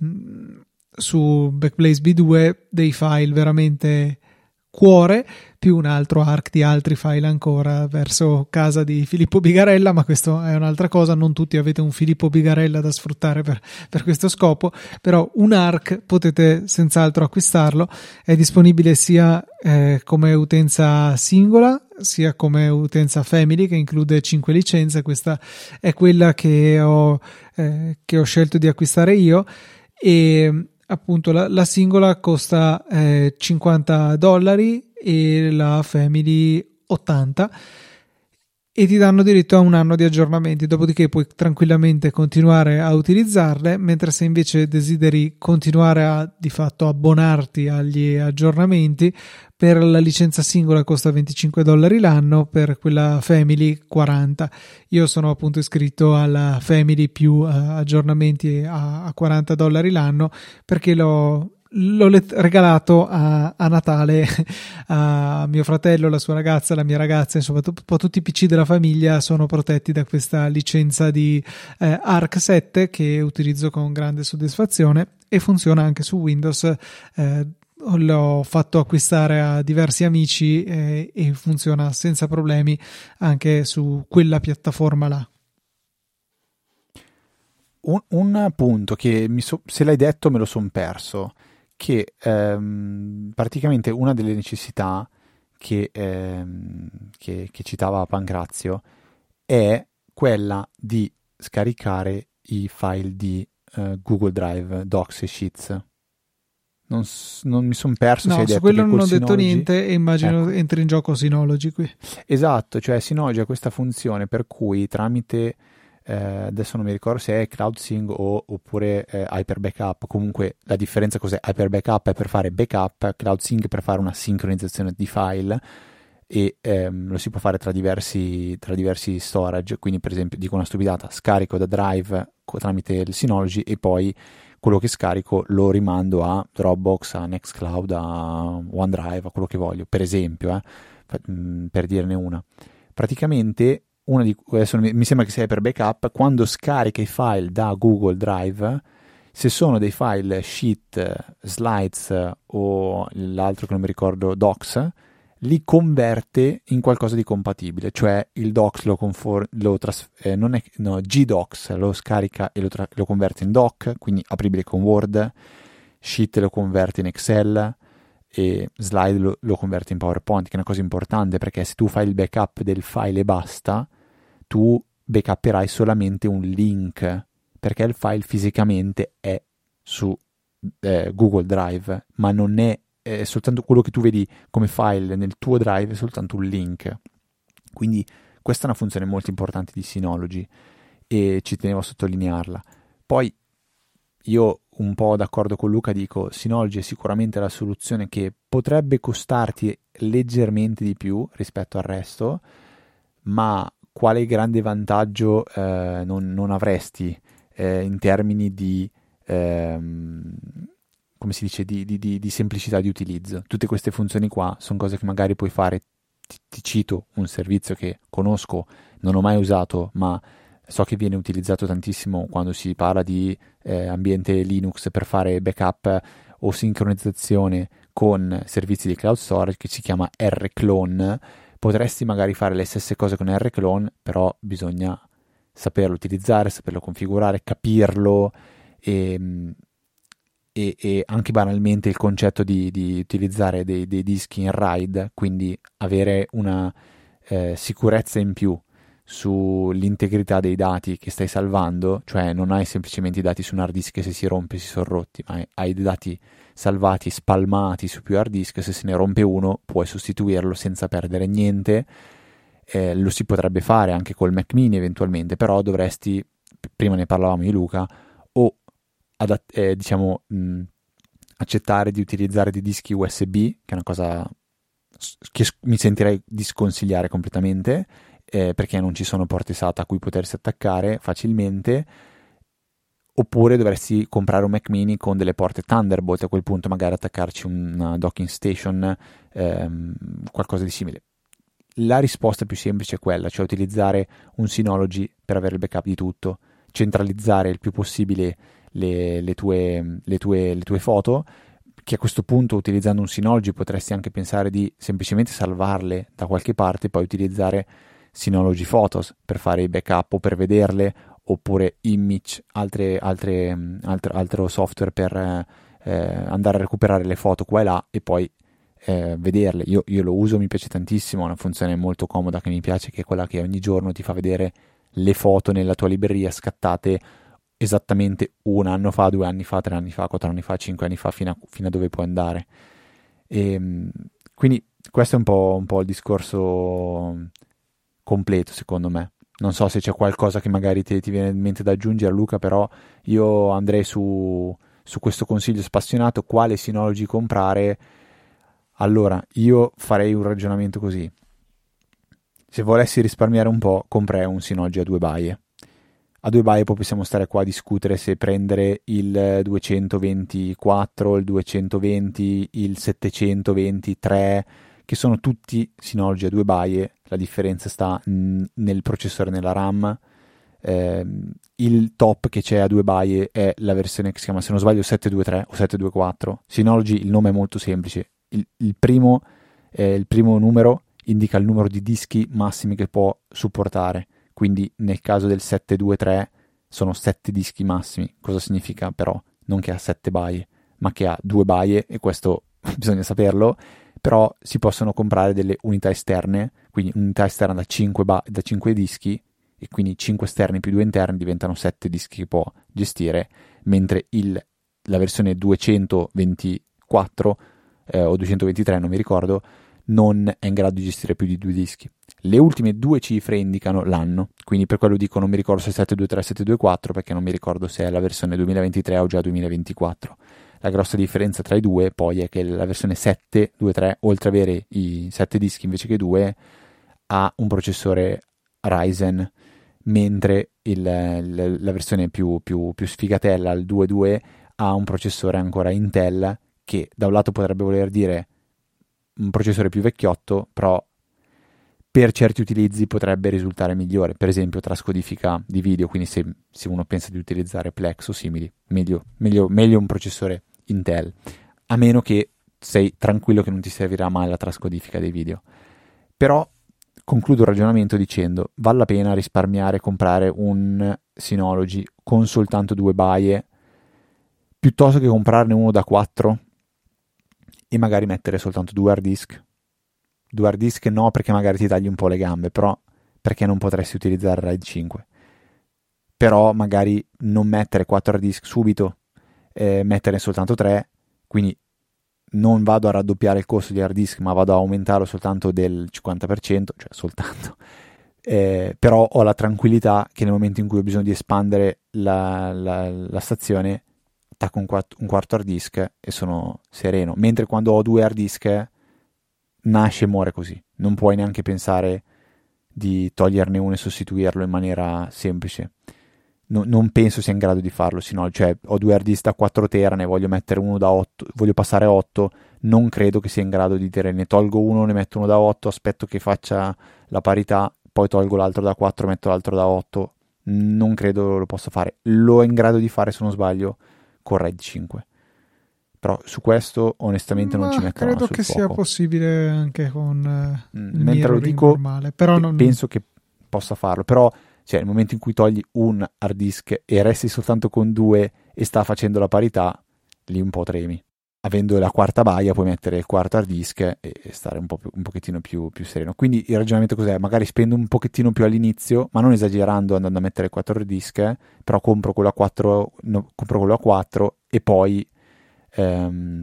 su Backblaze B due dei file veramente cuore, più un altro Arc di altri file ancora verso casa di Filippo Bigarella, ma questo è un'altra cosa, non tutti avete un Filippo Bigarella da sfruttare per, per questo scopo, però un Arc potete senz'altro acquistarlo, è disponibile sia eh, come utenza singola sia come utenza family, che include cinque licenze. Questa è quella che ho, eh, che ho scelto di acquistare io, e appunto la, la singola costa eh, cinquanta dollari e la family ottanta, e ti danno diritto a un anno di aggiornamenti, dopodiché puoi tranquillamente continuare a utilizzarle, mentre se invece desideri continuare a di fatto abbonarti agli aggiornamenti, per la licenza singola costa venticinque dollari l'anno, per quella family quaranta. Io sono appunto iscritto alla family più uh, aggiornamenti a, a quaranta dollari l'anno, perché l'ho l'ho let- regalato a, a Natale a mio fratello, la sua ragazza, la mia ragazza, insomma un po' tutti i P C della famiglia sono protetti da questa licenza di eh, Arc sette, che utilizzo con grande soddisfazione, e funziona anche su Windows. eh, L'ho fatto acquistare a diversi amici eh, e funziona senza problemi anche su quella piattaforma là. Un, un punto che mi so, se l'hai detto me lo son perso, che ehm, praticamente una delle necessità che, ehm, che, che citava Pancrazio è quella di scaricare i file di eh, Google Drive, Docs e Sheets. Non, non mi sono perso no, se hai su detto quello che non ho Synology... detto niente, e immagino ecco. entri in gioco Synology qui. Esatto, cioè Synology ha questa funzione per cui tramite eh, adesso non mi ricordo se è CloudSync o, oppure eh, Hyper Backup, comunque la differenza cos'è? Hyper Backup è per fare backup, CloudSync per fare una sincronizzazione di file, e ehm, lo si può fare tra diversi, tra diversi storage. Quindi per esempio, dico una stupidata, scarico da Drive tramite il Synology e poi quello che scarico lo rimando a Dropbox, a Nextcloud, a OneDrive, a quello che voglio, per esempio, eh, per dirne una. Praticamente, una di, adesso mi sembra che sia per backup, quando scarica i file da Google Drive, se sono dei file sheet, slides o l'altro che non mi ricordo, docs, li converte in qualcosa di compatibile, cioè il docs lo, confor- lo tras- eh, non è, no, Gdocs lo scarica e lo, tra- lo converte in doc, quindi apribile con Word, Sheet lo converte in Excel e Slide lo, lo converte in PowerPoint, che è una cosa importante, perché se tu fai il backup del file e basta, tu backupperai solamente un link, perché il file fisicamente è su eh, Google Drive, ma non è, è soltanto quello che tu vedi come file nel tuo drive, è soltanto un link. Quindi questa è una funzione molto importante di Synology e ci tenevo a sottolinearla. Poi io, un po' d'accordo con Luca, dico Synology è sicuramente la soluzione che potrebbe costarti leggermente di più rispetto al resto, ma quale grande vantaggio eh, non, non avresti eh, in termini di ehm, come si dice di, di, di, di semplicità di utilizzo. Tutte queste funzioni qua sono cose che magari puoi fare. Ti, ti cito un servizio che conosco, non ho mai usato, ma so che viene utilizzato tantissimo quando si parla di eh, ambiente Linux per fare backup o sincronizzazione con servizi di cloud storage, che si chiama rclone. Potresti magari fare le stesse cose con rclone, però bisogna saperlo utilizzare, saperlo configurare, capirlo e, e, e anche banalmente il concetto di, di utilizzare dei, dei dischi in RAID, quindi avere una eh, sicurezza in più sull'integrità dei dati che stai salvando, cioè non hai semplicemente i dati su un hard disk che se si rompe si sono rotti, ma hai dei dati salvati, spalmati su più hard disk, se se ne rompe uno puoi sostituirlo senza perdere niente. Eh, lo si potrebbe fare anche col Mac Mini eventualmente, però dovresti, prima ne parlavamo di Luca, o adatt- eh, diciamo mh, accettare di utilizzare dei dischi U S B, che è una cosa che mi sentirei di sconsigliare completamente, eh, perché non ci sono porte SATA a cui potersi attaccare facilmente, oppure dovresti comprare un Mac Mini con delle porte Thunderbolt, a quel punto magari attaccarci una docking station, ehm, qualcosa di simile. La risposta più semplice è quella, cioè utilizzare un Synology per avere il backup di tutto, centralizzare il più possibile le, le, tue, le, tue, le tue foto, che a questo punto utilizzando un Synology potresti anche pensare di semplicemente salvarle da qualche parte e poi utilizzare Synology Photos per fare i backup o per vederle, oppure Image, altre, altre, altro, altro software per eh, andare a recuperare le foto qua e là e poi eh, vederle. Io, io lo uso, mi piace tantissimo, è una funzione molto comoda che mi piace, che è quella che ogni giorno ti fa vedere le foto nella tua libreria scattate esattamente un anno fa, due anni fa, tre anni fa, quattro anni fa, cinque anni fa, fino a, fino a dove puoi andare. E, quindi questo è un po', un po' il discorso completo, secondo me. Non so se c'è qualcosa che magari ti, ti viene in mente da aggiungere, Luca, però io andrei su, su questo consiglio spassionato, quale Synology comprare. Allora, io farei un ragionamento così. Se volessi risparmiare un po', comprerei un Synology a due baie. A due baie poi possiamo stare qua a discutere se prendere il duecentoventiquattro, il duecentoventi, il settecentoventitré, che sono tutti Synology a due baie. La differenza sta mh, nel processore e nella RAM. Eh, il top che c'è a due baie è la versione che si chiama, se non sbaglio, settecentoventitré o settecentoventiquattro. Synology, il nome è molto semplice. Il, il, primo, eh, il primo numero indica il numero di dischi massimi che può supportare. Quindi nel caso del settecentoventitré sono sette dischi massimi. Cosa significa però? Non che ha sette baie, ma che ha due baie, e questo bisogna saperlo. Però si possono comprare delle unità esterne, quindi unità esterna da cinque, ba- da cinque dischi, e quindi cinque esterni più due interni diventano sette dischi che può gestire, mentre il, la versione duecentoventiquattro eh, o duecentoventitré, non mi ricordo, non è in grado di gestire più di due dischi. Le ultime due cifre indicano l'anno, quindi per quello dico non mi ricordo se è settecentoventitré o settecentoventiquattro, perché non mi ricordo se è la versione duemilaventitré o già duemilaventiquattro. La grossa differenza tra i due poi è che la versione settecentoventitré, oltre ad avere i sette dischi invece che due, ha un processore Ryzen, mentre il, il, la versione più, più, più sfigatella, il due punto due, ha un processore ancora Intel, che da un lato potrebbe voler dire un processore più vecchiotto, però per certi utilizzi potrebbe risultare migliore, per esempio trascodifica di video, quindi se, se uno pensa di utilizzare Plex o simili, meglio, meglio, meglio un processore Intel, a meno che sei tranquillo che non ti servirà mai la trascodifica dei video. Però concludo il ragionamento dicendo: vale la pena risparmiare e comprare un Synology con soltanto due baie piuttosto che comprarne uno da quattro e magari mettere soltanto due hard disk? Due hard disk no, perché magari ti tagli un po' le gambe, però perché non potresti utilizzare RAID cinque. Però magari non mettere quattro hard disk subito, eh, metterne soltanto tre, quindi non vado a raddoppiare il costo di hard disk, ma vado a aumentarlo soltanto del cinquanta per cento, cioè soltanto. Eh, però ho la tranquillità che nel momento in cui ho bisogno di espandere la, la, la stazione, attacco un, quatt- un quarto hard disk e sono sereno. Mentre quando ho due hard disk nasce e muore così. Non puoi neanche pensare di toglierne uno e sostituirlo in maniera semplice. No, non penso sia in grado di farlo, sino, cioè ho due hard disk da quattro tera, ne voglio mettere uno da otto, voglio passare a otto, non credo che sia in grado di dire ne tolgo uno, ne metto uno da otto, aspetto che faccia la parità, poi tolgo l'altro da quattro, metto l'altro da otto. Non credo lo possa fare. Lo è in grado di fare, se non sbaglio, con RAID cinque. Però su questo onestamente Ma non ci metto la mano credo sul che fuoco. sia possibile anche con eh, Mm, il mentre lo dico, normale, però pe- non... penso che possa farlo. Però, cioè, nel momento in cui togli un hard disk e resti soltanto con due e sta facendo la parità, lì un po' tremi. Avendo la quarta baia puoi mettere il quarto hard disk e, e stare un, po più, un pochettino più, più sereno. Quindi il ragionamento cos'è? Magari spendo un pochettino più all'inizio, ma non esagerando andando a mettere quattro hard disk, eh, però compro quello a quattro, no, compro quello a quattro e poi ehm,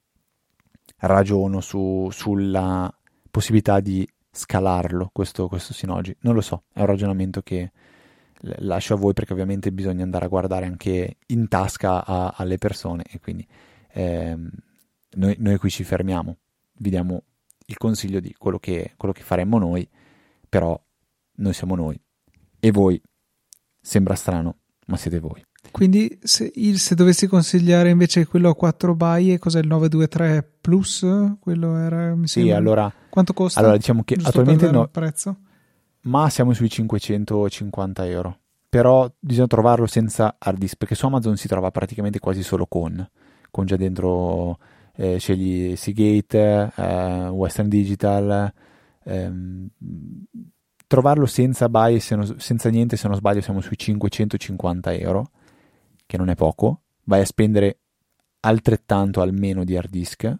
ragiono su, sulla possibilità di scalarlo, questo, questo Synology. Non lo so, è un ragionamento che lascio a voi, perché ovviamente bisogna andare a guardare anche in tasca a, alle persone, e quindi ehm, noi, noi qui ci fermiamo, vi diamo il consiglio di quello che, quello che faremmo noi, però noi siamo noi e voi, sembra strano, ma siete voi. Quindi se, il, se dovessi consigliare invece quello a quattro baie, cos'è il nove due tre Plus? Quello era, mi Sì, sembra. allora, Quanto costa? allora diciamo che Giusto attualmente per dare no, un prezzo? ma siamo sui cinquecentocinquanta euro. Però bisogna trovarlo senza hard disk, perché su Amazon si trova praticamente quasi solo con, con già dentro, eh, scegli Seagate, eh, Western Digital, ehm, trovarlo senza buy, se non- senza niente, se non sbaglio siamo sui cinquecentocinquanta euro, che non è poco, vai a spendere altrettanto almeno di hard disk.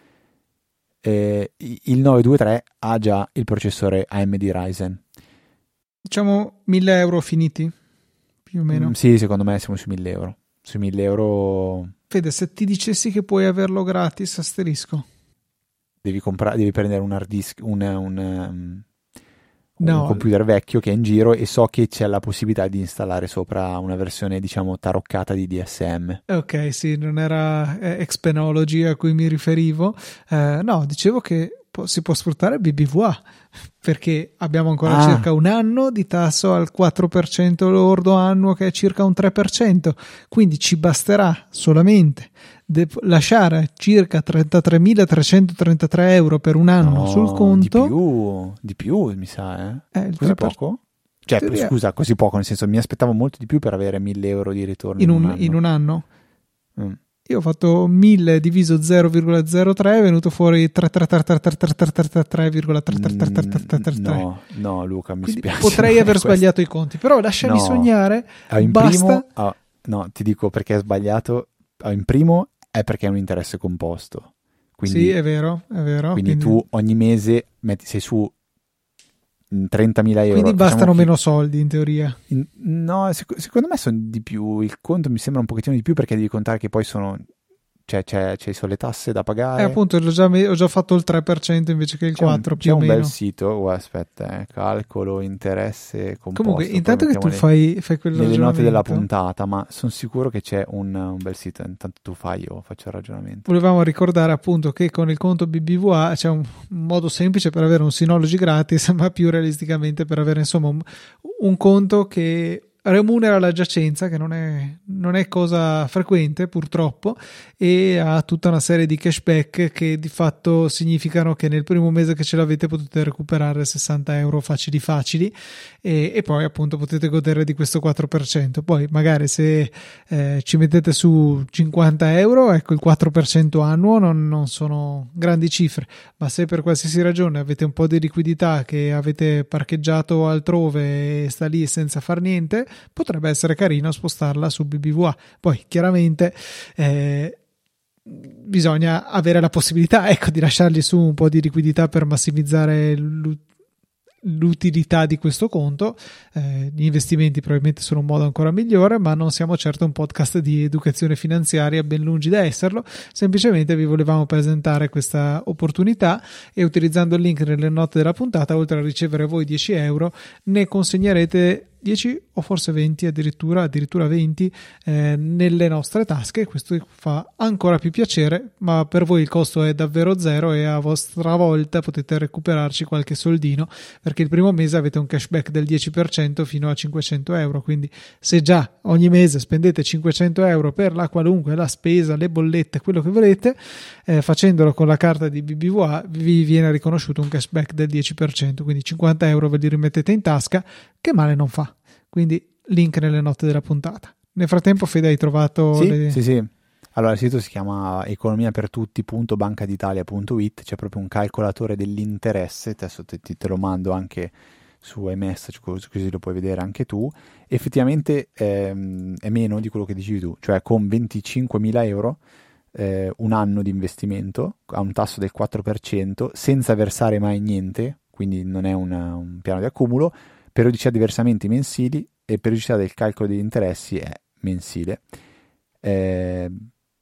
Eh, il nove due tre ha già il processore A M D Ryzen. Diciamo mille euro finiti, più o meno. Mm, sì, secondo me siamo sui mille euro. Sui mille euro Fede, se ti dicessi che puoi averlo gratis, asterisco. devi comprare, devi prendere un hard disk, un, un, um, un No, computer vecchio che è in giro, e so che c'è la possibilità di installare sopra una versione, diciamo, taroccata di D S M. ok, sì, non era eh, Xpenology a cui mi riferivo. Eh, no, dicevo che po- si può sfruttare B B V A, perché abbiamo ancora Ah. circa un anno di tasso al quattro per cento lordo annuo, che è circa un tre per cento, quindi ci basterà solamente de- lasciare circa trentatremilatrecentotrentatré euro per un anno No, sul conto. Di più, di più mi sa, eh? Eh, il Così tre per cento. poco? Cioè, Teoria- scusa, così poco, nel senso, mi aspettavo molto di più per avere mille euro di ritorno in in un, un anno. in un anno. Mm. Io ho fatto mille diviso zero virgola zero tre, è venuto fuori tre virgola tre tre tre tre tre tre. No, no, Luca, mi Quindi spiace. potrei ma aver questo- sbagliato i conti, però lasciami No. sognare. Ah, in Basta. primo, ah, no, ti dico perché è sbagliato. Ah, in primo è perché è un interesse composto. Quindi, Sì, è vero, è vero. quindi Quindi, tu ogni mese metti, sei su mm, trentamila euro. quindi Facciamo bastano che- meno soldi in teoria. in- no, sec- secondo me sono di più. Il conto mi sembra un pochettino di più, perché devi contare che poi sono. Cioè, c'è, ci sono le tasse da pagare. E appunto ho già, me- ho già fatto il tre per cento invece che il C'è un- quattro c'è più o un meno. bel sito. Oh, aspetta, eh, calcolo interesse composto. Comunque, poi intanto che tu mettiamo le- fai, fai quel nelle note della ragionamento, puntata, ma sono sicuro che c'è un, un bel sito. Intanto tu fai, io faccio il ragionamento. volevamo ricordare appunto che con il conto B B V A c'è un, un modo semplice per avere un Synology gratis, ma più realisticamente per avere insomma un, un conto che remunera la giacenza, che non è, non è cosa frequente purtroppo, e ha tutta una serie di cashback che di fatto significano che nel primo mese che ce l'avete potete recuperare sessanta euro facili facili, e, e poi appunto potete godere di questo quattro per cento. Poi magari se eh, ci mettete su cinquanta euro, ecco, il quattro per cento annuo non, non sono grandi cifre, ma se per qualsiasi ragione avete un po' di liquidità che avete parcheggiato altrove e sta lì senza far niente, potrebbe essere carino spostarla su B B V A. Poi chiaramente eh, bisogna avere la possibilità, ecco, di lasciargli su un po' di liquidità per massimizzare l'u- l'utilità di questo conto. Eh, gli investimenti probabilmente sono un modo ancora migliore, ma non siamo certo un podcast di educazione finanziaria, ben lungi da esserlo. Semplicemente vi volevamo presentare questa opportunità, e utilizzando il link nelle note della puntata, oltre a ricevere voi dieci euro, ne consegnerete dieci o forse venti, addirittura addirittura venti eh, nelle nostre tasche. Questo fa ancora più piacere, ma per voi il costo è davvero zero e a vostra volta potete recuperarci qualche soldino, perché il primo mese avete un cashback del dieci per cento fino a cinquecento euro. Quindi se già ogni mese spendete cinquecento euro per la qualunque, la spesa, le bollette, quello che volete, eh, facendolo con la carta di B B V A vi viene riconosciuto un cashback del dieci per cento, quindi cinquanta euro ve li rimettete in tasca, che male non fa. Quindi link nelle note della puntata. Nel frattempo, Fede, hai trovato sì, le... sì, sì. Allora, il sito si chiama economia per tutti punto banca d'italia punto it, c'è proprio un calcolatore dell'interesse, adesso te, te lo mando anche su iMessage, così lo puoi vedere anche tu. Effettivamente ehm, è meno di quello che dicevi tu, cioè con venticinquemila euro eh, un anno di investimento a un tasso del quattro per cento senza versare mai niente, quindi non è una, un piano di accumulo. Periodicità di versamenti mensili e periodicità del calcolo degli interessi è mensile. Eh,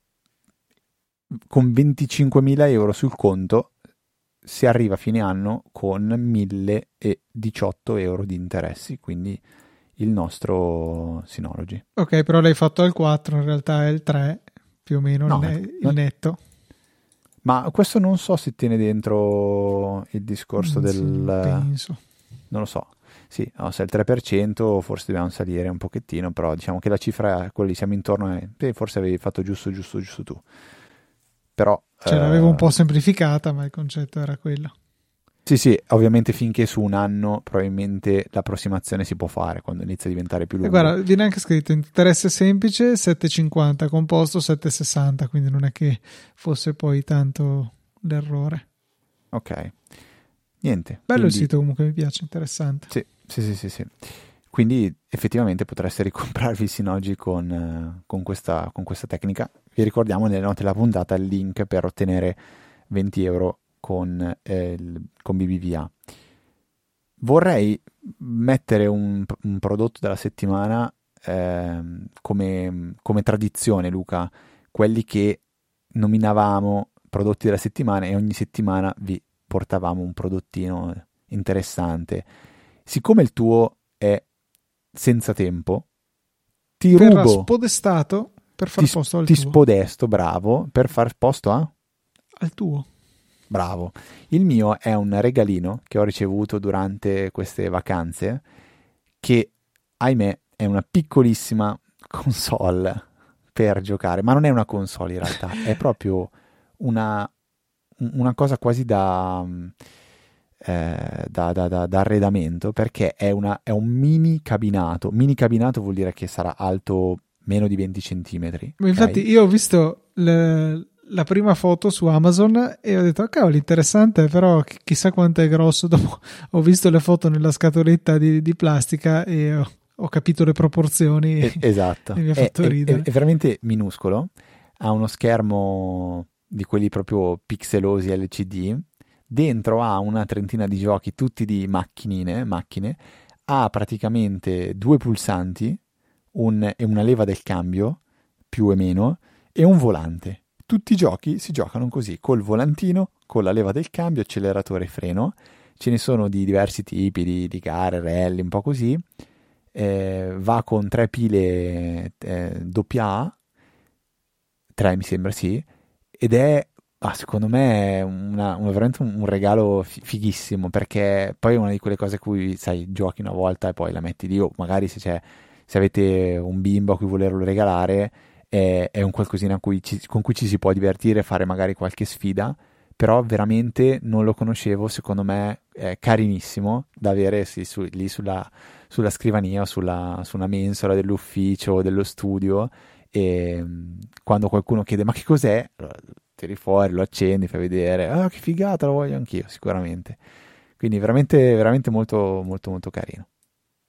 con venticinquemila euro sul conto si arriva a fine anno con mille diciotto euro di interessi, quindi il nostro Synology. Ok, però l'hai fatto al quattro, in realtà è il tre più o meno, no, il, ne- il netto. Ma questo non so se tiene dentro il discorso Mm, del... sì, penso. Non lo so. Sì, no, se è il tre per cento forse dobbiamo salire un pochettino, però diciamo che la cifra è quella lì, siamo intorno a... Sì, forse avevi fatto giusto, giusto, giusto tu. Però... Cioè eh... l'avevo un po' semplificata, ma il concetto era quello. Sì, sì, ovviamente finché su un anno probabilmente l'approssimazione si può fare quando inizia a diventare più lungo. E guarda, viene anche scritto interesse semplice sette virgola cinquanta, composto sette virgola sessanta, quindi non è che fosse poi tanto l'errore. Ok, niente. Bello quindi... il sito, comunque mi piace, interessante. Sì, sì, sì, sì, sì. Quindi effettivamente potreste ricomprarvi il Synology con, eh, con, questa, con questa tecnica. Vi ricordiamo nelle note della puntata il link per ottenere venti euro con, eh, il, con B B V A. Vorrei mettere un, un prodotto della settimana eh, come, come tradizione, Luca, quelli che nominavamo prodotti della settimana e ogni settimana vi portavamo un prodottino interessante. Siccome il tuo è senza tempo, ti Verrà rubo, spodestato per far ti, posto al ti tuo. spodesto, bravo, per far posto a? Al tuo. Bravo. Il mio è un regalino che ho ricevuto durante queste vacanze, che, ahimè, è una piccolissima console per giocare, ma non è una console in realtà, è proprio una, una cosa quasi da... Eh, da, da, da, da arredamento, perché è, una, è un mini cabinato. Mini cabinato vuol dire che sarà alto meno di venti centimetri. Ma infatti okay? io ho visto le, la prima foto su Amazon e ho detto oh, cavolo, interessante, però ch- chissà quanto è grosso. Dopo ho visto le foto nella scatoletta di, di plastica e ho, ho capito le proporzioni e, esatto, e mi ha è, fatto è, ridere. è veramente minuscolo, ha uno schermo di quelli proprio pixelosi L C D. Dentro ha una trentina di giochi, tutti di macchinine, macchine, ha praticamente due pulsanti un, e una leva del cambio, più e meno, e un volante. Tutti i giochi si giocano così, col volantino, con la leva del cambio, acceleratore e freno. Ce ne sono di diversi tipi, di, di gare, rally, un po' così. Eh, va con tre pile eh, doppia A, tre mi sembra, sì, ed è... Ah, secondo me è una, una, veramente un, un regalo fi- fighissimo, perché poi è una di quelle cose a cui, sai, giochi una volta e poi la metti lì, o magari se, c'è, se avete un bimbo a cui volerlo regalare, è, è un qualcosina a cui ci, con cui ci si può divertire, fare magari qualche sfida, però veramente non lo conoscevo, secondo me è carinissimo da avere sì, su, lì sulla, sulla scrivania o sulla, su una mensola dell'ufficio o dello studio, e quando qualcuno chiede ma che cos'è? Tiri fuori, lo accendi, fai vedere, ah che figata, lo voglio anch'io, sicuramente. Quindi veramente, veramente molto, molto, molto carino.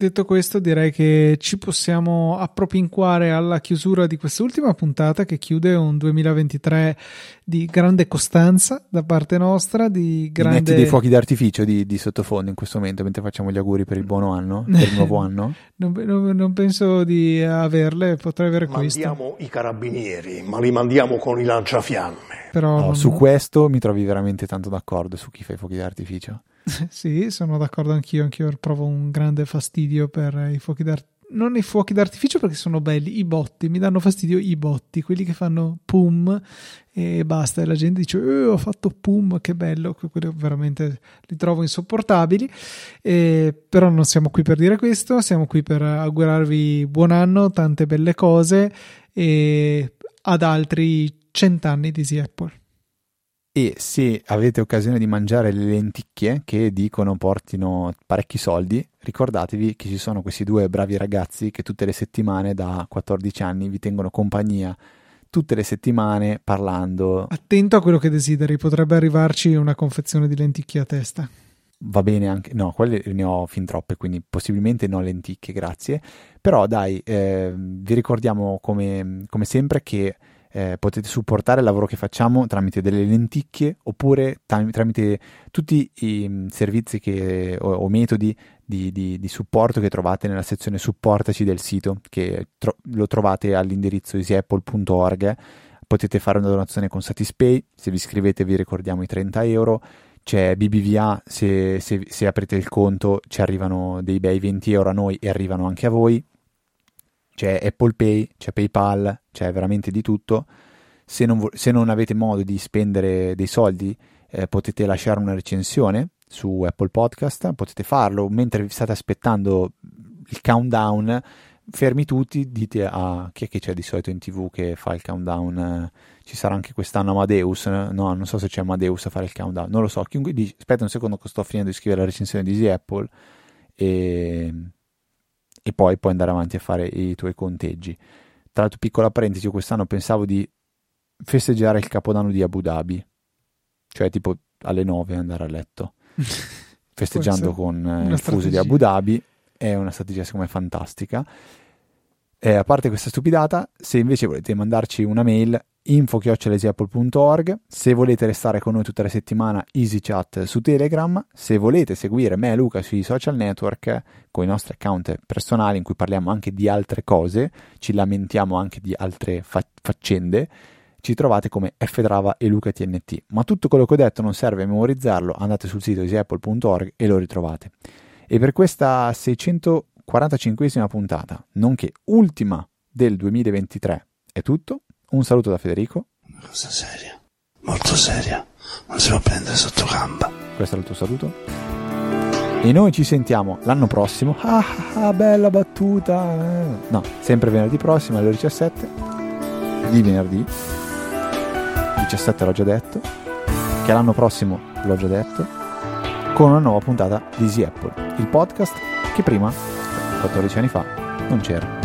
Detto questo, direi che ci possiamo appropinquare alla chiusura di quest'ultima puntata, che chiude un duemilaventitré di grande costanza da parte nostra, di grande... Metti dei fuochi d'artificio di, di sottofondo in questo momento mentre facciamo gli auguri per il buon anno, per il nuovo anno? non, non, non penso di averle, potrei avere questo. Mandiamo i carabinieri, ma li mandiamo con i lanciafiamme. Però no, non... Su questo mi trovi veramente tanto d'accordo, su chi fa i fuochi d'artificio. Sì, sono d'accordo anch'io, anch'io provo un grande fastidio per i fuochi d'artificio. Non i fuochi d'artificio perché sono belli, i botti, mi danno fastidio i botti, quelli che fanno pum e basta, e la gente dice eh, ho fatto pum, che bello, quelli veramente li trovo insopportabili, e, però non siamo qui per dire questo, siamo qui per augurarvi buon anno, tante belle cose e ad altri cent'anni di Easy Apple. E se avete occasione di mangiare le lenticchie che dicono portino parecchi soldi, ricordatevi che ci sono questi due bravi ragazzi che tutte le settimane da quattordici anni vi tengono compagnia, tutte le settimane parlando. Attento a quello che desideri, potrebbe arrivarci una confezione di lenticchie a testa. Va bene anche, no, quelle ne ho fin troppe, quindi possibilmente no lenticchie, grazie. Però dai, eh, vi ricordiamo come, come sempre che Eh, potete supportare il lavoro che facciamo tramite delle lenticchie oppure tam- tramite tutti i mh, servizi che, o, o metodi di, di, di supporto che trovate nella sezione supportaci del sito, che tro- lo trovate all'indirizzo easy apple punto org. Potete fare una donazione con Satispay, se vi iscrivete vi ricordiamo i trenta euro. C'è B B V A, se, se, se aprite il conto ci arrivano dei bei venti euro a noi e arrivano anche a voi. C'è Apple Pay, c'è PayPal, c'è veramente di tutto. Se non, vo- se non avete modo di spendere dei soldi, eh, potete lasciare una recensione su Apple Podcast, potete farlo mentre vi state aspettando il countdown. Fermi tutti, dite a chi è che c'è di solito in tv che fa il countdown. Eh, ci sarà anche quest'anno Amadeus, no, non so se c'è Amadeus a fare il countdown, non lo so. Chiunque dice, aspetta un secondo che sto finendo di scrivere la recensione di Easy Apple e... e poi puoi andare avanti a fare i tuoi conteggi. Tra l'altro, piccola parentesi, io quest'anno pensavo di festeggiare il Capodanno di Abu Dhabi, cioè tipo alle nove andare a letto festeggiando con eh, il fuso di Abu Dhabi. È una strategia secondo me fantastica. Eh, a parte questa stupidata, se invece volete mandarci una mail, info chiocciola easy apple punto org, se volete restare con noi tutta la settimana, EasyChat su Telegram, se volete seguire me e Luca sui social network con i nostri account personali in cui parliamo anche di altre cose, ci lamentiamo anche di altre fa- faccende, ci trovate come Fdrava e Luca T N T. Ma tutto quello che ho detto non serve a memorizzarlo, andate sul sito easy apple punto org e lo ritrovate. E per questa seicentoquarantacinquesima puntata, nonché ultima del duemilaventitré, è tutto. Un saluto da Federico. Una cosa seria, molto seria, non si può prendere sotto gamba. Questo è il tuo saluto. E noi ci sentiamo l'anno prossimo. Ah, ah bella battuta. No, sempre venerdì prossimo alle ore diciassette. Di venerdì diciassette l'ho già detto. Che l'anno prossimo l'ho già detto. Con una nuova puntata di Easy Apple, il podcast che prima, quattordici anni fa, non c'era.